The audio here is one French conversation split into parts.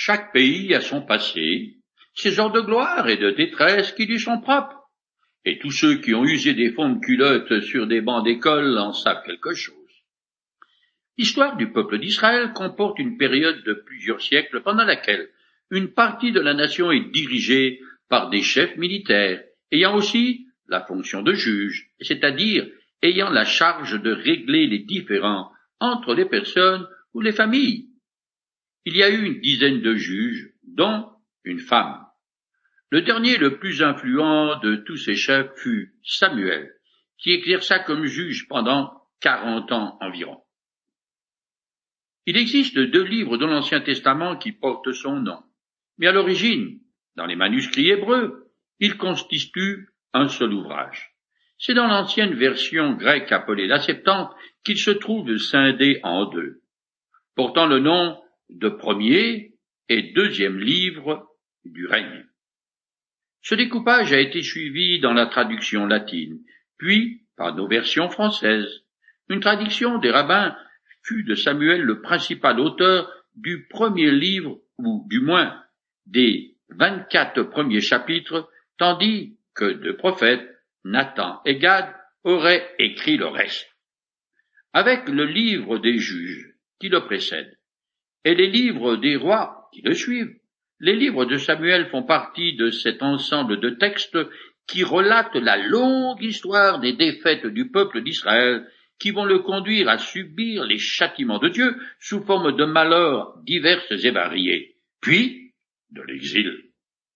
Chaque pays a son passé, ses heures de gloire et de détresse qui lui sont propres, et tous ceux qui ont usé des fonds de culotte sur des bancs d'école en savent quelque chose. L'histoire du peuple d'Israël comporte une période de plusieurs siècles pendant laquelle une partie de la nation est dirigée par des chefs militaires, ayant aussi la fonction de juge, c'est-à-dire ayant la charge de régler les différends entre les personnes ou les familles. Il y a eu une dizaine de juges, dont une femme. Le dernier le plus influent de tous ces chefs fut Samuel, qui exerça comme juge pendant 40 ans environ. Il existe 2 livres de l'Ancien Testament qui portent son nom, mais à l'origine, dans les manuscrits hébreux, ils constituent un seul ouvrage. C'est dans l'ancienne version grecque appelée la Septante qu'il se trouve scindé en 2, portant le nom de premier et deuxième livre du règne. Ce découpage a été suivi dans la traduction latine, puis par nos versions françaises. Une traduction des rabbins fut de Samuel le principal auteur du premier livre, ou du moins des 24 premiers chapitres, tandis que 2 prophètes, Nathan et Gad, auraient écrit le reste. Avec le livre des juges qui le précède, et les livres des rois qui le suivent, les livres de Samuel font partie de cet ensemble de textes qui relatent la longue histoire des défaites du peuple d'Israël qui vont le conduire à subir les châtiments de Dieu sous forme de malheurs diverses et variés, puis de l'exil.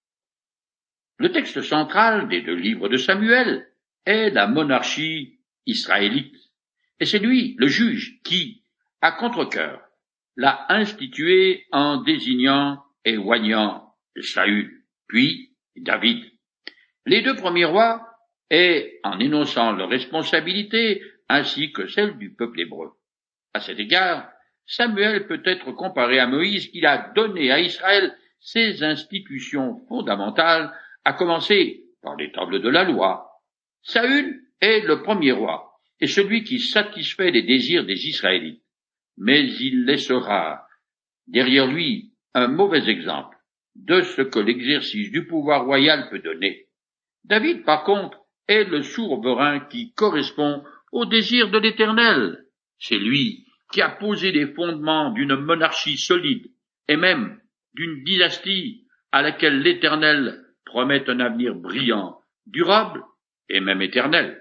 Le texte central des 2 livres de Samuel est la monarchie israélite, et c'est lui, le juge, qui, à contre-cœur, l'a institué en désignant et oignant Saül, puis David. Les 2 premiers rois, et en énonçant leurs responsabilités ainsi que celles du peuple hébreu. À cet égard, Samuel peut être comparé à Moïse qui a donné à Israël ses institutions fondamentales, à commencer par les tables de la loi. Saül est le premier roi, et celui qui satisfait les désirs des Israélites, mais il laissera derrière lui un mauvais exemple de ce que l'exercice du pouvoir royal peut donner. David, par contre, est le souverain qui correspond au désir de l'Éternel. C'est lui qui a posé les fondements d'une monarchie solide et même d'une dynastie à laquelle l'Éternel promet un avenir brillant, durable et même éternel.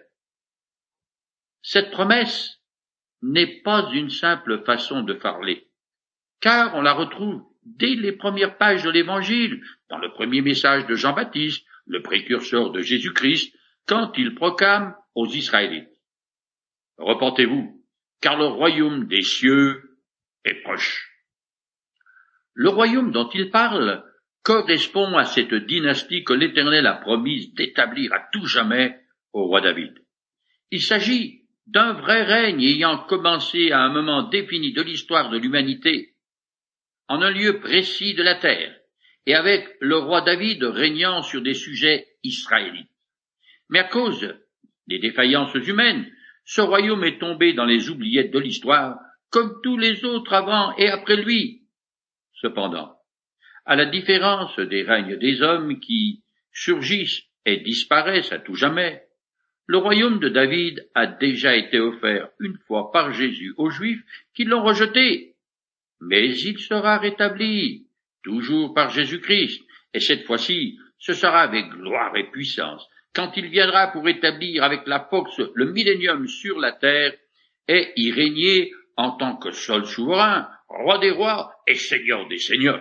Cette promesse n'est pas une simple façon de parler, car on la retrouve dès les premières pages de l'Évangile, dans le premier message de Jean-Baptiste, le précurseur de Jésus-Christ, quand il proclame aux Israélites: « Repentez-vous, car le royaume des cieux est proche. » Le royaume dont il parle correspond à cette dynastie que l'Éternel a promise d'établir à tout jamais au roi David. Il s'agit d'un vrai règne ayant commencé à un moment défini de l'histoire de l'humanité, en un lieu précis de la terre, et avec le roi David régnant sur des sujets israélites. Mais à cause des défaillances humaines, ce royaume est tombé dans les oubliettes de l'histoire, comme tous les autres avant et après lui. Cependant, à la différence des règnes des hommes qui surgissent et disparaissent à tout jamais, le royaume de David a déjà été offert une fois par Jésus aux Juifs qui l'ont rejeté. Mais il sera rétabli, toujours par Jésus-Christ, et cette fois-ci, ce sera avec gloire et puissance, quand il viendra pour établir avec la force le millénium sur la terre et y régner en tant que seul souverain, roi des rois et seigneur des seigneurs.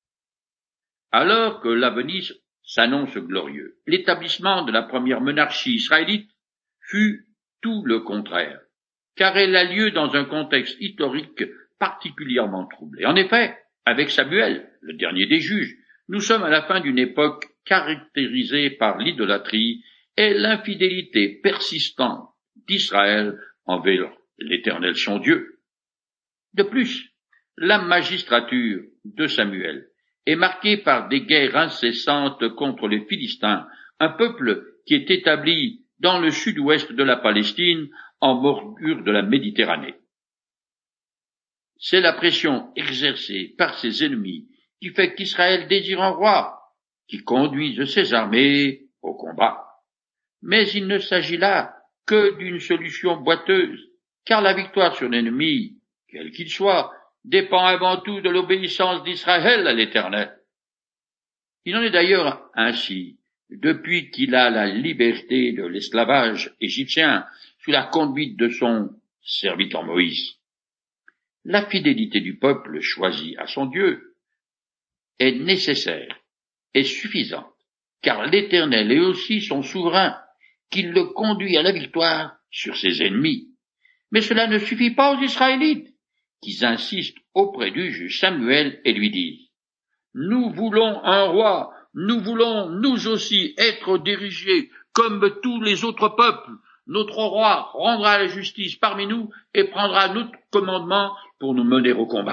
Alors que l'avenir s'annonce glorieux, l'établissement de la première monarchie israélite fut tout le contraire, car elle a lieu dans un contexte historique particulièrement troublé. En effet, avec Samuel, le dernier des juges, nous sommes à la fin d'une époque caractérisée par l'idolâtrie et l'infidélité persistante d'Israël envers l'Éternel son Dieu. De plus, la magistrature de Samuel est marquée par des guerres incessantes contre les Philistins, un peuple qui est établi dans le sud-ouest de la Palestine, en bordure de la Méditerranée. C'est la pression exercée par ses ennemis qui fait qu'Israël désire un roi, qui conduise ses armées au combat. Mais il ne s'agit là que d'une solution boiteuse, car la victoire sur l'ennemi, quel qu'il soit, dépend avant tout de l'obéissance d'Israël à l'Éternel. Il en est d'ailleurs ainsi depuis qu'il a la liberté de l'esclavage égyptien sous la conduite de son serviteur Moïse. La fidélité du peuple choisi à son Dieu est nécessaire et suffisante, car l'Éternel est aussi son souverain, qui le conduit à la victoire sur ses ennemis. Mais cela ne suffit pas aux Israélites, qui insistent auprès du juge Samuel et lui disent « Nous voulons un roi, nous voulons nous aussi être dirigés comme tous les autres peuples. Notre roi rendra la justice parmi nous et prendra notre commandement pour nous mener au combat. »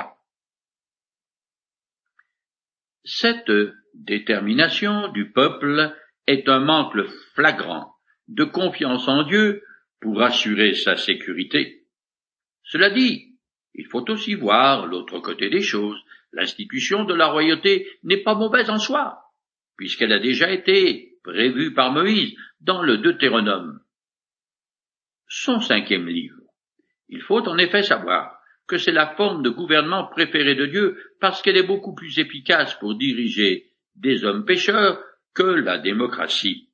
Cette détermination du peuple est un manque flagrant de confiance en Dieu pour assurer sa sécurité. Cela dit, il faut aussi voir l'autre côté des choses. L'institution de la royauté n'est pas mauvaise en soi, puisqu'elle a déjà été prévue par Moïse dans le Deutéronome, son 5e livre. Il faut en effet savoir que c'est la forme de gouvernement préférée de Dieu parce qu'elle est beaucoup plus efficace pour diriger des hommes pécheurs que la démocratie.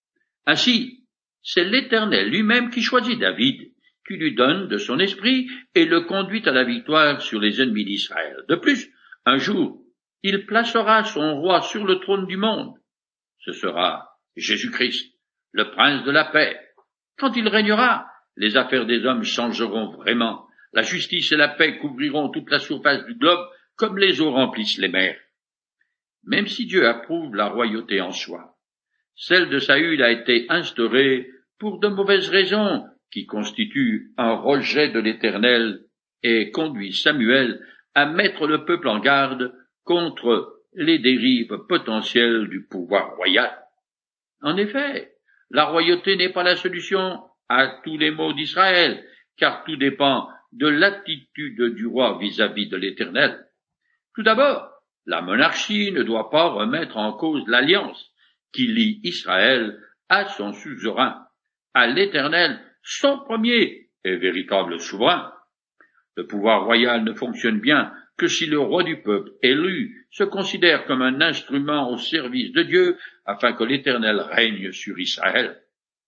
Ainsi, c'est l'Éternel lui-même qui choisit David, qui lui donne de son esprit et le conduit à la victoire sur les ennemis d'Israël. De plus, un jour, il placera son roi sur le trône du monde. Ce sera Jésus-Christ, le prince de la paix. Quand il régnera, les affaires des hommes changeront vraiment. La justice et la paix couvriront toute la surface du globe comme les eaux remplissent les mers. Même si Dieu approuve la royauté en soi, celle de Saül a été instaurée pour de mauvaises raisons qui constituent un rejet de l'Éternel et conduit Samuel à mettre le peuple en garde contre les dérives potentielles du pouvoir royal. En effet, la royauté n'est pas la solution à tous les maux d'Israël, car tout dépend de l'attitude du roi vis-à-vis de l'Éternel. Tout d'abord, la monarchie ne doit pas remettre en cause l'alliance qui lie Israël à son suzerain, à l'Éternel, son premier et véritable souverain. Le pouvoir royal ne fonctionne bien que si le roi du peuple élu se considère comme un instrument au service de Dieu afin que l'Éternel règne sur Israël.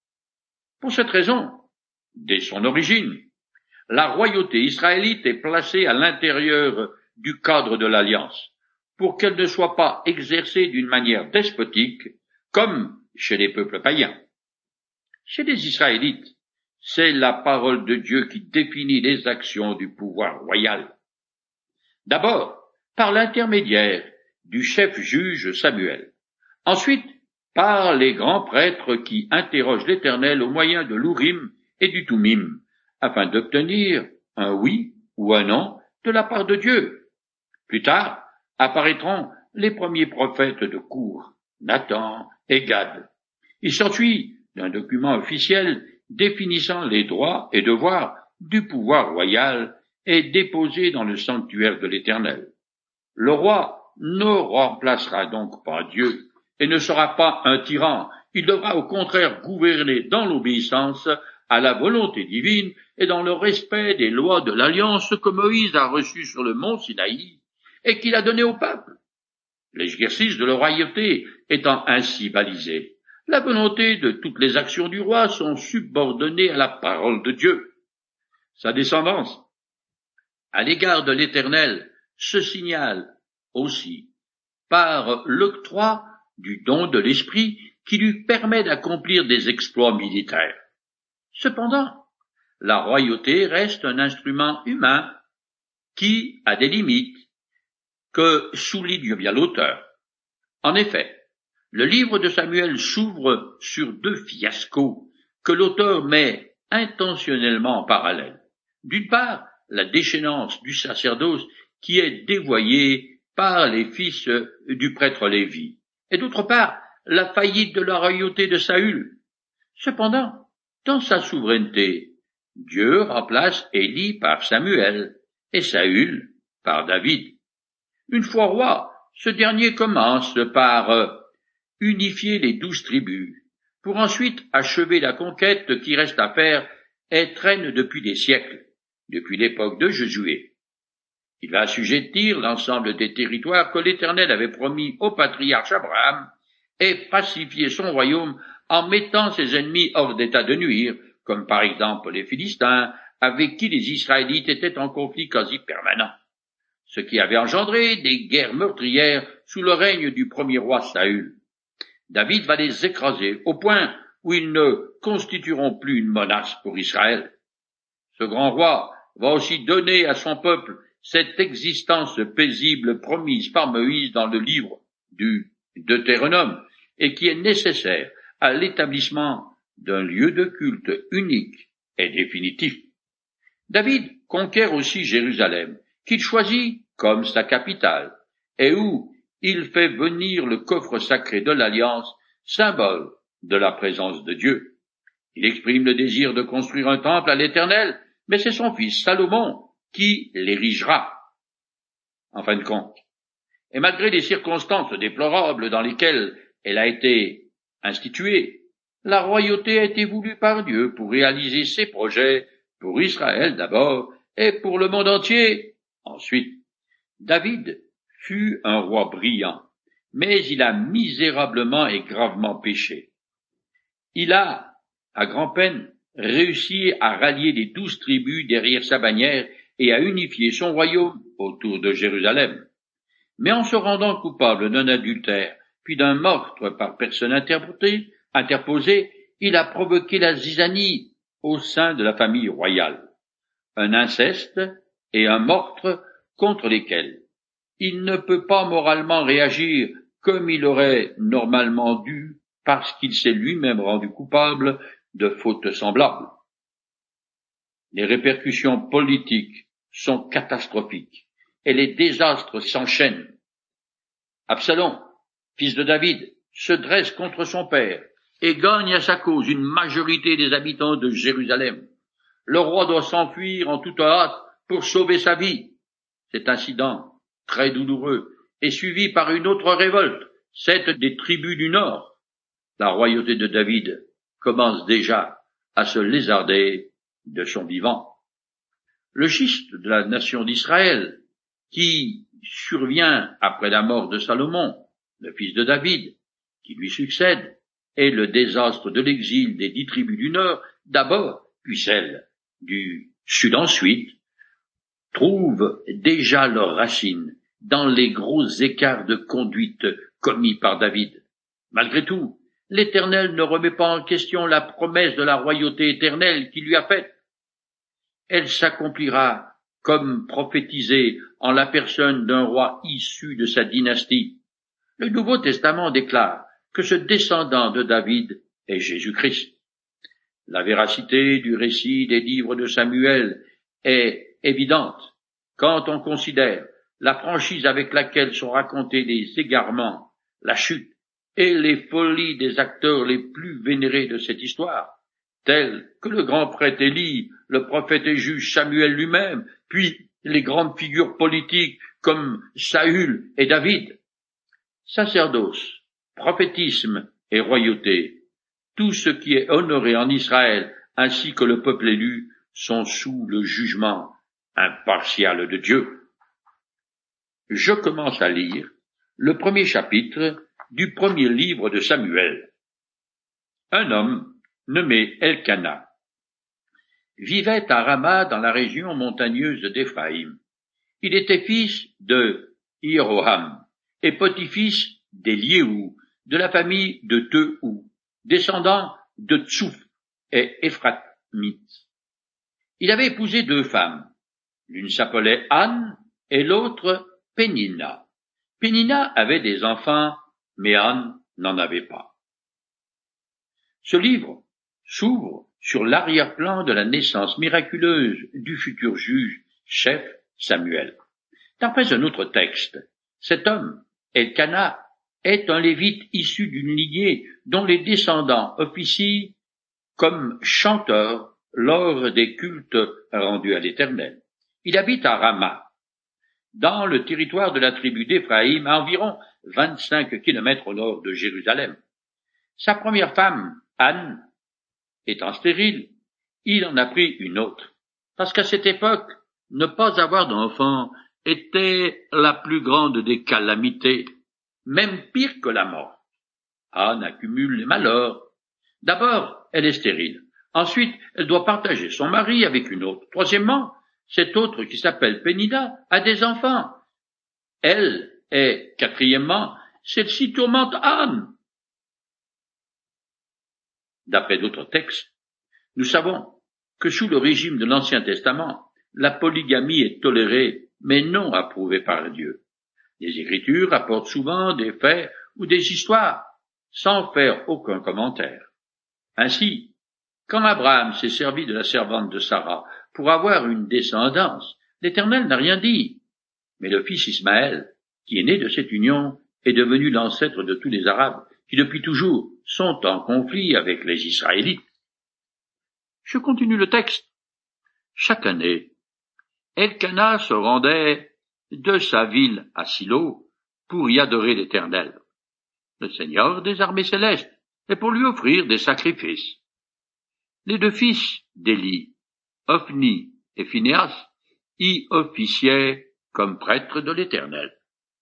Pour cette raison, dès son origine, la royauté israélite est placée à l'intérieur du cadre de l'alliance, pour qu'elle ne soit pas exercée d'une manière despotique, comme chez les peuples païens. Chez les Israélites, c'est la parole de Dieu qui définit les actions du pouvoir royal. D'abord, par l'intermédiaire du chef juge Samuel. Ensuite, par les grands prêtres qui interrogent l'Éternel au moyen de l'Urim et du Thummim, afin d'obtenir un oui ou un non de la part de Dieu. Plus tard, apparaîtront les premiers prophètes de cour, Nathan et Gad. Il s'ensuit d'un document officiel définissant les droits et devoirs du pouvoir royal et déposé dans le sanctuaire de l'Éternel. Le roi ne remplacera donc pas Dieu et ne sera pas un tyran. Il devra au contraire gouverner dans l'obéissance à la volonté divine et dans le respect des lois de l'alliance que Moïse a reçues sur le mont Sinaï et qu'il a donné au peuple. L'exercice de la royauté étant ainsi balisé, la volonté de toutes les actions du roi sont subordonnées à la parole de Dieu. Sa descendance, à l'égard de l'Éternel, se signale aussi par l'octroi du don de l'Esprit qui lui permet d'accomplir des exploits militaires. Cependant, la royauté reste un instrument humain qui a des limites que souligne bien l'auteur. En effet, le livre de Samuel s'ouvre sur 2 fiascos que l'auteur met intentionnellement en parallèle. D'une part, la déchéance du sacerdoce qui est dévoyé par les fils du prêtre Lévi, et d'autre part, la faillite de la royauté de Saül. Cependant, dans sa souveraineté, Dieu remplace Élie par Samuel et Saül par David. Une fois roi, ce dernier commence par unifier les 12 tribus, pour ensuite achever la conquête qui reste à faire et traîne depuis des siècles, depuis l'époque de Josué. Il va assujettir l'ensemble des territoires que l'Éternel avait promis au patriarche Abraham et pacifier son royaume en mettant ses ennemis hors d'état de nuire, comme par exemple les Philistins, avec qui les Israélites étaient en conflit quasi permanent, ce qui avait engendré des guerres meurtrières sous le règne du premier roi Saül. David va les écraser au point où ils ne constitueront plus une menace pour Israël. Ce grand roi va aussi donner à son peuple cette existence paisible promise par Moïse dans le livre du Deutéronome et qui est nécessaire à l'établissement d'un lieu de culte unique et définitif. David conquiert aussi Jérusalem, qu'il choisit comme sa capitale, et où il fait venir le coffre sacré de l'Alliance, symbole de la présence de Dieu. Il exprime le désir de construire un temple à l'Éternel, mais c'est son fils Salomon qui l'érigera, en fin de compte. Et malgré les circonstances déplorables dans lesquelles elle a été instituée, la royauté a été voulue par Dieu pour réaliser ses projets, pour Israël d'abord, et pour le monde entier ensuite. David fut un roi brillant, mais il a misérablement et gravement péché. Il a, à grand-peine, réussi à rallier les 12 tribus derrière sa bannière et à unifier son royaume autour de Jérusalem. Mais en se rendant coupable d'un adultère, puis d'un meurtre par personne interposée, il a provoqué la zizanie au sein de la famille royale, un inceste et un meurtre contre lesquels il ne peut pas moralement réagir comme il aurait normalement dû parce qu'il s'est lui-même rendu coupable de fautes semblables. Les répercussions politiques sont catastrophiques et les désastres s'enchaînent. Absalom, fils de David, se dresse contre son père et gagne à sa cause une majorité des habitants de Jérusalem. Le roi doit s'enfuir en toute hâte pour sauver sa vie. Cet incident, très douloureux, est suivi par une autre révolte, celle des tribus du Nord. La royauté de David commence déjà à se lézarder de son vivant. Le schisme de la nation d'Israël, qui survient après la mort de Salomon, le fils de David, qui lui succède, et le désastre de l'exil des 10 tribus du Nord, d'abord, puis celle du Sud ensuite, trouvent déjà leurs racines dans les gros écarts de conduite commis par David. Malgré tout, l'Éternel ne remet pas en question la promesse de la royauté éternelle qu'il lui a faite. Elle s'accomplira comme prophétisé en la personne d'un roi issu de sa dynastie. Le Nouveau Testament déclare que ce descendant de David est Jésus-Christ. La véracité du récit des livres de Samuel est évidente quand on considère la franchise avec laquelle sont racontés les égarements, la chute et les folies des acteurs les plus vénérés de cette histoire, tels que le grand prêtre Élie, le prophète et juge Samuel lui-même, puis les grandes figures politiques comme Saül et David. Sacerdoce, prophétisme et royauté, tout ce qui est honoré en Israël ainsi que le peuple élu sont sous le jugement impartial de Dieu. Je commence à lire le premier chapitre du premier livre de Samuel. Un homme nommé Elkana vivait à Rama dans la région montagneuse d'Éphraïm. Il était fils de Hiroham et petit-fils d'Eliéhu, de la famille de Tehu, descendant de Tsouf et Éphrathmite. Il avait épousé 2 femmes. L'une s'appelait Anne et l'autre Pénina. Pénina avait des enfants, mais Anne n'en avait pas. Ce livre s'ouvre sur l'arrière-plan de la naissance miraculeuse du futur juge chef Samuel. D'après un autre texte, cet homme, Elkana, est un lévite issu d'une lignée dont les descendants officient comme chanteurs lors des cultes rendus à l'Éternel. Il habite à Rama. dans le territoire de la tribu d'Éphraïm, à environ 25 kilomètres au nord de Jérusalem. Sa première femme, Anne, étant stérile, il en a pris une autre, parce qu'à cette époque, ne pas avoir d'enfant était la plus grande des calamités, même pire que la mort. Anne accumule les malheurs. D'abord, elle est stérile. Ensuite, elle doit partager son mari avec une autre. Troisièmement, cette autre qui s'appelle Pénina a des enfants. Elle et, quatrièmement, celle-ci tourmente Anne. D'après d'autres textes, nous savons que sous le régime de l'Ancien Testament, la polygamie est tolérée, mais non approuvée par Dieu. Les Écritures rapportent souvent des faits ou des histoires, sans faire aucun commentaire. Ainsi, quand Abraham s'est servi de la servante de Sarah pour avoir une descendance, l'Éternel n'a rien dit. Mais le fils Ismaël, qui est né de cette union, est devenu l'ancêtre de tous les Arabes, qui depuis toujours sont en conflit avec les Israélites. Je continue le texte. Chaque année, Elkana se rendait de sa ville à Silo pour y adorer l'Éternel, le Seigneur des armées célestes, et pour lui offrir des sacrifices. Les deux fils d'Élie, Ophni et Phinehas, y officiaient comme prêtres de l'Éternel.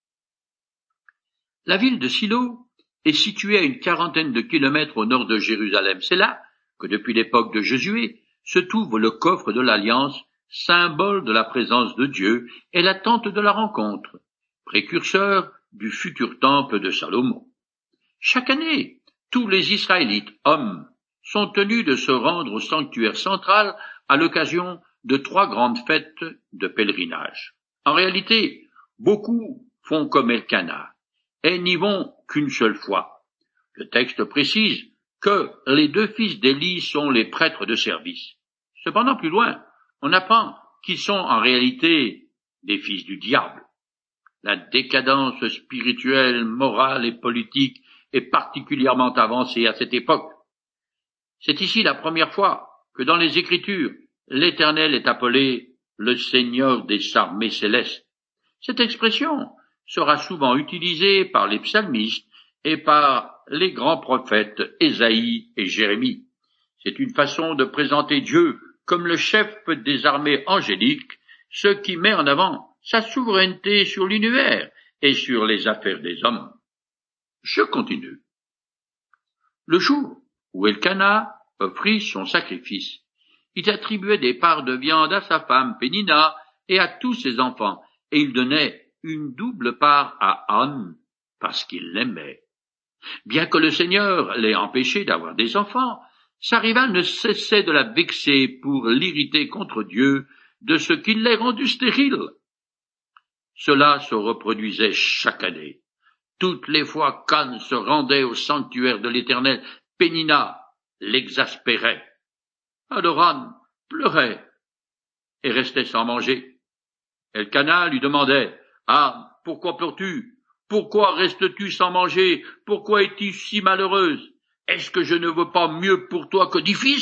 La ville de Silo est située à une quarantaine de kilomètres au nord de Jérusalem. C'est là que depuis l'époque de Josué se trouve le coffre de l'Alliance, symbole de la présence de Dieu et la tente de la rencontre, précurseur du futur temple de Salomon. Chaque année, tous les Israélites, hommes, sont tenus de se rendre au sanctuaire central à l'occasion de 3 grandes fêtes de pèlerinage. En réalité, beaucoup font comme Elkana et n'y vont qu'une seule fois. Le texte précise que les 2 fils d'Élie sont les prêtres de service. Cependant, plus loin, on apprend qu'ils sont en réalité des fils du diable. La décadence spirituelle, morale et politique est particulièrement avancée à cette époque. C'est ici la première fois que dans les Écritures, l'Éternel est appelé le Seigneur des armées célestes. Cette expression sera souvent utilisée par les psalmistes et par les grands prophètes Ésaïe et Jérémie. C'est une façon de présenter Dieu comme le chef des armées angéliques, ce qui met en avant sa souveraineté sur l'univers et sur les affaires des hommes. Je continue. Le jour où Elkana offrit son sacrifice, il attribuait des parts de viande à sa femme Pénina et à tous ses enfants, et il donnait une double part à Anne parce qu'il l'aimait. Bien que le Seigneur l'ait empêché d'avoir des enfants, sa rivale ne cessait de la vexer pour l'irriter contre Dieu de ce qu'il l'ait rendue stérile. Cela se reproduisait chaque année. Toutes les fois qu'Anne se rendait au sanctuaire de l'Éternel, Pénina l'exaspérait. Alors Anne pleurait et restait sans manger. Elkana lui demandait « Ah, pourquoi pleures-tu? Pourquoi restes-tu sans manger? Pourquoi es-tu si malheureuse? Est-ce que je ne veux pas mieux pour toi que 10 fils ?»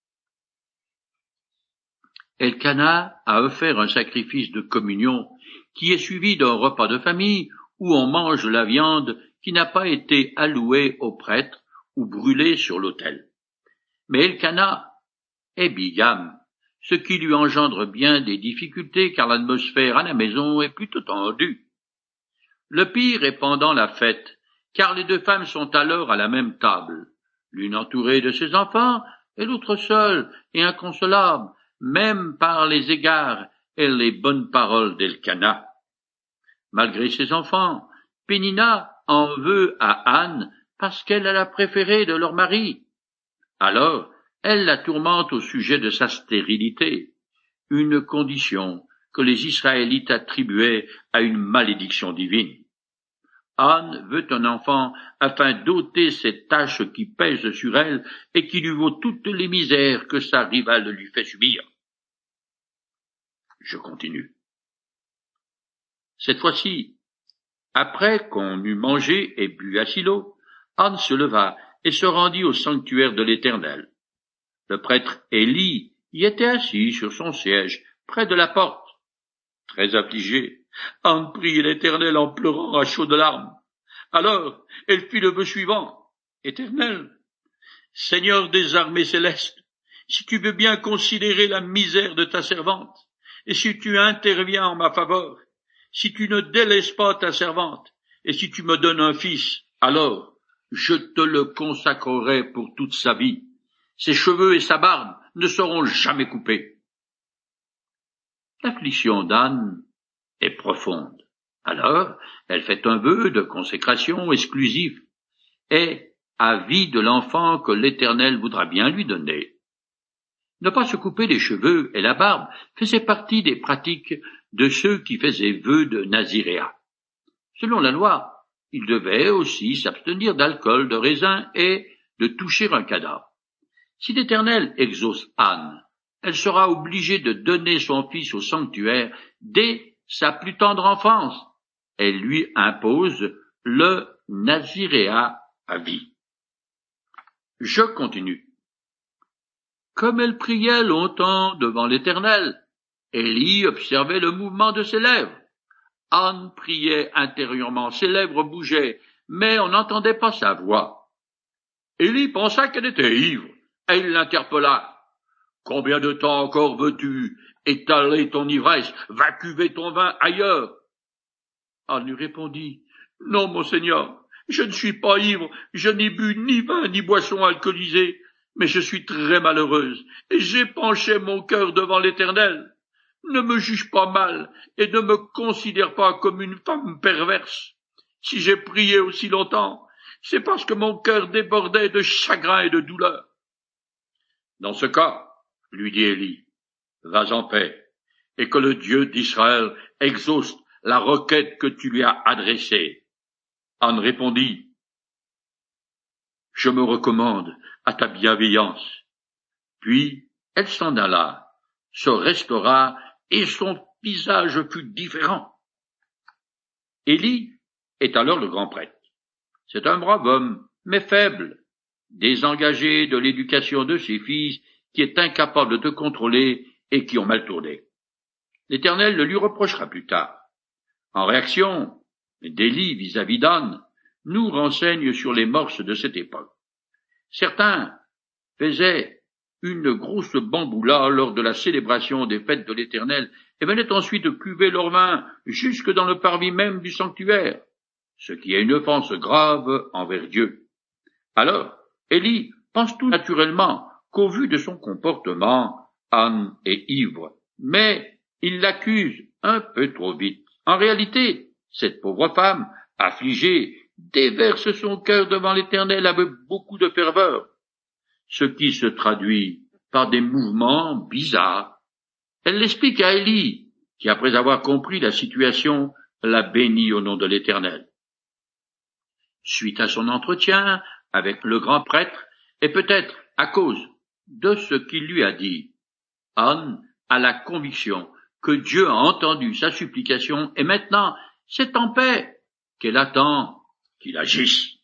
Elkana a offert un sacrifice de communion qui est suivi d'un repas de famille où on mange la viande qui n'a pas été allouée au prêtre ou brûlée sur l'autel. Mais Elkana est bigame, ce qui lui engendre bien des difficultés car l'atmosphère à la maison est plutôt tendue. Le pire est pendant la fête, car les 2 femmes sont alors à la même table, l'une entourée de ses enfants et l'autre seule et inconsolable, même par les égards et les bonnes paroles d'Elkana. Malgré ses enfants, Pénina en veut à Anne parce qu'elle est la préférée de leur mari. Alors, elle la tourmente au sujet de sa stérilité, une condition que les Israélites attribuaient à une malédiction divine. Anne veut un enfant afin d'ôter cette tâche qui pèse sur elle et qui lui vaut toutes les misères que sa rivale lui fait subir. Je continue. Cette fois-ci, après qu'on eut mangé et bu à Silo, Anne se leva et se rendit au sanctuaire de l'Éternel. Le prêtre Élie y était assis sur son siège, près de la porte. Très affligé, Anne priait l'Éternel en pleurant à chaudes larmes. Alors, elle fit le vœu suivant. Éternel, Seigneur des armées célestes, si tu veux bien considérer la misère de ta servante, et si tu interviens en ma faveur, si tu ne délaisses pas ta servante, et si tu me donnes un fils, alors je te le consacrerai pour toute sa vie. Ses cheveux et sa barbe ne seront jamais coupés. L'affliction d'Anne est profonde. Alors, elle fait un vœu de consécration exclusif et à vie de l'enfant que l'Éternel voudra bien lui donner. Ne pas se couper les cheveux et la barbe faisait partie des pratiques de ceux qui faisaient vœu de naziréat. Selon la loi, il devait aussi s'abstenir d'alcool, de raisin et de toucher un cadavre. Si l'Éternel exauce Anne, elle sera obligée de donner son fils au sanctuaire dès sa plus tendre enfance. Elle lui impose le naziréat à vie. Je continue. Comme elle priait longtemps devant l'Éternel, Élie observait le mouvement de ses lèvres. Anne priait intérieurement, ses lèvres bougeaient, mais on n'entendait pas sa voix. Élie pensa qu'elle était ivre, et il l'interpella. « Combien de temps encore veux-tu étaler ton ivresse? Va cuver ton vin ailleurs. » Anne lui répondit. « Non, mon Seigneur, je ne suis pas ivre, je n'ai bu ni vin ni boisson alcoolisée, mais je suis très malheureuse, et j'ai penché mon cœur devant l'Éternel. Ne me juge pas mal, et ne me considère pas comme une femme perverse. Si j'ai prié aussi longtemps, c'est parce que mon cœur débordait de chagrin et de douleur. » Dans ce cas, lui dit Élie, vas en paix, et que le Dieu d'Israël exauce la requête que tu lui as adressée. Anne répondit, je me recommande à ta bienveillance. Puis elle s'en alla, se restaura, et son visage fut différent. Élie est alors le grand prêtre. C'est un brave homme, mais faible, désengagé de l'éducation de ses fils, qui est incapable de contrôler et qui ont mal tourné. L'Éternel le lui reprochera plus tard. En réaction, d'Élie vis-à-vis d'Anne nous renseigne sur les mœurs de cette époque. Certains faisaient une grosse bamboula lors de la célébration des fêtes de l'Éternel et venaient ensuite cuver leur vin jusque dans le parvis même du sanctuaire, ce qui est une offense grave envers Dieu. Alors, Élie pense tout naturellement qu'au vu de son comportement, Anne est ivre, mais il l'accuse un peu trop vite. En réalité, cette pauvre femme, affligée, déverse son cœur devant l'Éternel avec beaucoup de ferveur, ce qui se traduit par des mouvements bizarres. Elle l'explique à Élie, qui après avoir compris la situation, la bénit au nom de l'Éternel. Suite à son entretien avec le grand prêtre, et peut-être à cause de ce qu'il lui a dit, Anne a la conviction que Dieu a entendu sa supplication et maintenant c'est en paix qu'elle attend qu'il agisse.